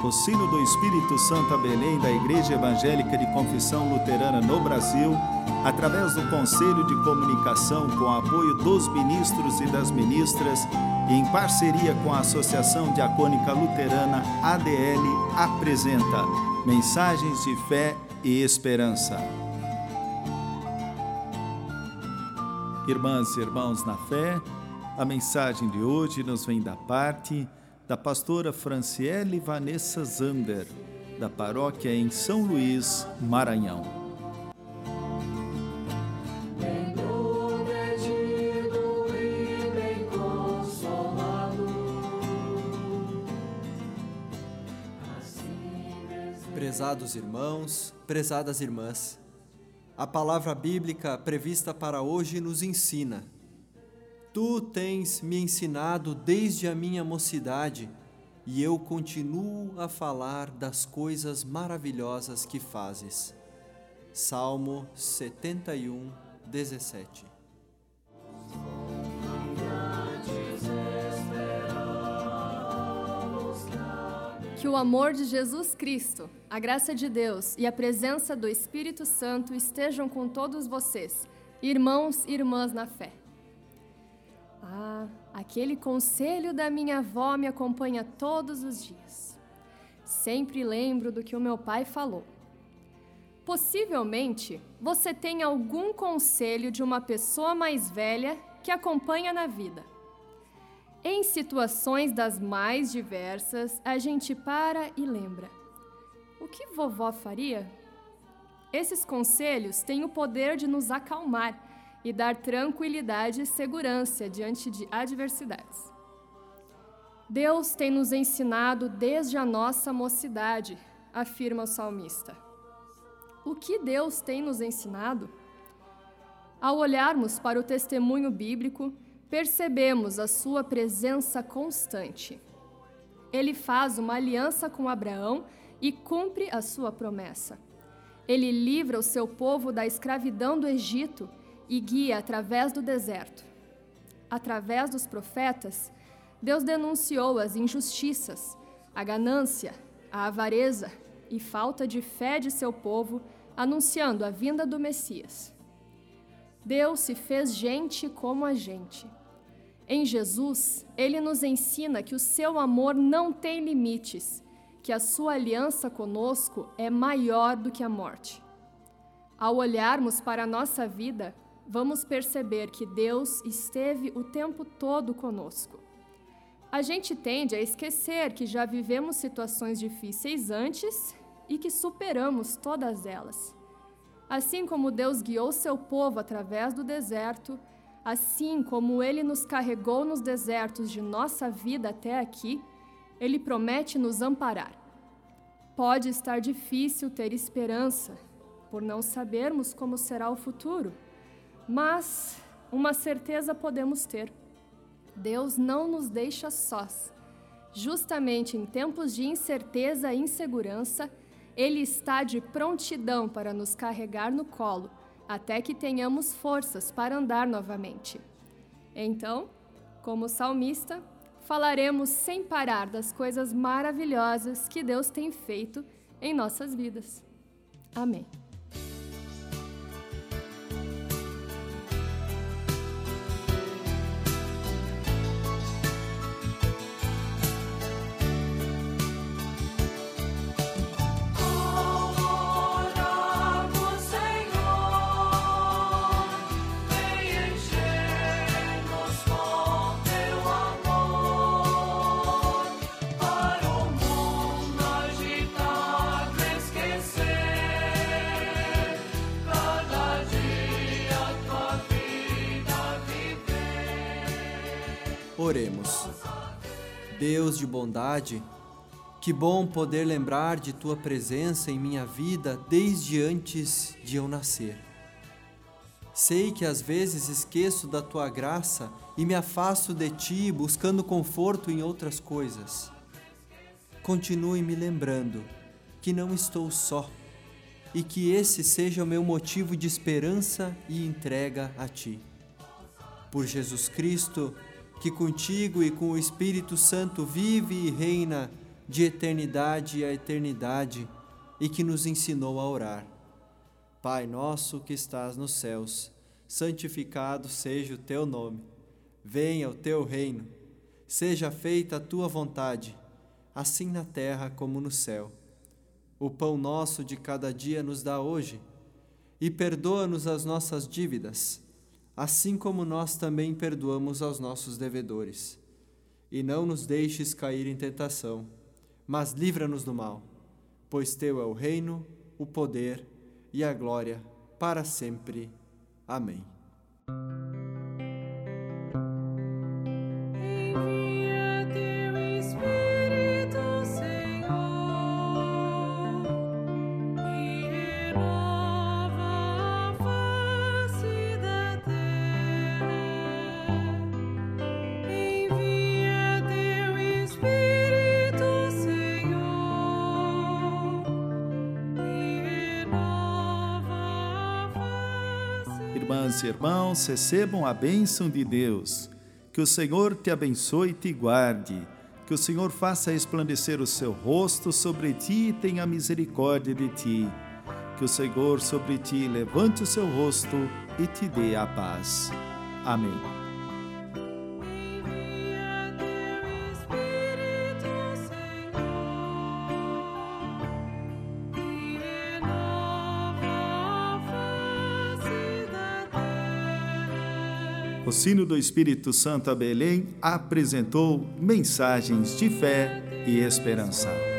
o sino do Espírito Santo a Belém da Igreja Evangélica de Confissão Luterana no Brasil, através do Conselho de Comunicação com o apoio dos ministros e das ministras e em parceria com a Associação Diacônica Luterana ADL, apresenta Mensagens de Fé e Esperança. Irmãs e irmãos na fé, a mensagem de hoje nos vem da parte da pastora Franciele Vanessa Zander, da paróquia em São Luís, Maranhão. Bem prometido e bem consolado. Prezados irmãos, prezadas irmãs, a palavra bíblica prevista para hoje nos ensina: Tu tens me ensinado desde a minha mocidade, e eu continuo a falar das coisas maravilhosas que fazes. Salmo 71, 17. Que o amor de Jesus Cristo, a graça de Deus e a presença do Espírito Santo estejam com todos vocês, irmãos e irmãs na fé. Aquele conselho da minha avó me acompanha todos os dias. Sempre lembro do que o meu pai falou. Possivelmente, você tem algum conselho de uma pessoa mais velha que acompanha na vida. Em situações das mais diversas, a gente para e lembra. O que vovó faria? Esses conselhos têm o poder de nos acalmar e dar tranquilidade e segurança diante de adversidades. Deus tem nos ensinado desde a nossa mocidade, afirma o salmista. O que Deus tem nos ensinado? Ao olharmos para o testemunho bíblico, percebemos a sua presença constante. Ele faz uma aliança com Abraão e cumpre a sua promessa. Ele livra o seu povo da escravidão do Egito e guia através do deserto. Através dos profetas, Deus denunciou as injustiças, a ganância, a avareza e falta de fé de seu povo, anunciando a vinda do Messias. Deus se fez gente como a gente. Em Jesus, Ele nos ensina que o seu amor não tem limites, que a sua aliança conosco é maior do que a morte. Ao olharmos para a nossa vida, vamos perceber que Deus esteve o tempo todo conosco. A gente tende a esquecer que já vivemos situações difíceis antes e que superamos todas elas. Assim como Deus guiou seu povo através do deserto, assim como Ele nos carregou nos desertos de nossa vida até aqui, Ele promete nos amparar. Pode estar difícil ter esperança, por não sabermos como será o futuro, mas uma certeza podemos ter: Deus não nos deixa sós. Justamente em tempos de incerteza e insegurança, Ele está de prontidão para nos carregar no colo, até que tenhamos forças para andar novamente. Então, como salmista, falaremos sem parar das coisas maravilhosas que Deus tem feito em nossas vidas. Amém. Oremos. Deus de bondade, que bom poder lembrar de Tua presença em minha vida desde antes de eu nascer. Sei que às vezes esqueço da Tua graça e me afasto de Ti buscando conforto em outras coisas. Continue me lembrando que não estou só e que esse seja o meu motivo de esperança e entrega a Ti. Por Jesus Cristo, que contigo e com o Espírito Santo vive e reina de eternidade a eternidade e que nos ensinou a orar. Pai nosso que estás nos céus, santificado seja o teu nome. Venha o teu reino. Seja feita a tua vontade, assim na terra como no céu. O pão nosso de cada dia nos dá hoje, e perdoa-nos as nossas dívidas, assim como nós também perdoamos aos nossos devedores. E não nos deixes cair em tentação, mas livra-nos do mal, pois teu é o reino, o poder e a glória para sempre. Amém. Envia teu Espírito, Senhor, e renova a face da terra. Envia teu Espírito, Senhor, e renova a face. Irmãs e irmãos, recebam a bênção de Deus. Que o Senhor te abençoe e te guarde. Que o Senhor faça resplandecer o seu rosto sobre ti e tenha misericórdia de ti. Que o Senhor sobre ti levante o seu rosto e te dê a paz. Amém. Envia teu Espírito, Senhor, e renova a face da terra. O Sino do Espírito Santo a Belém apresentou mensagens de fé e esperança.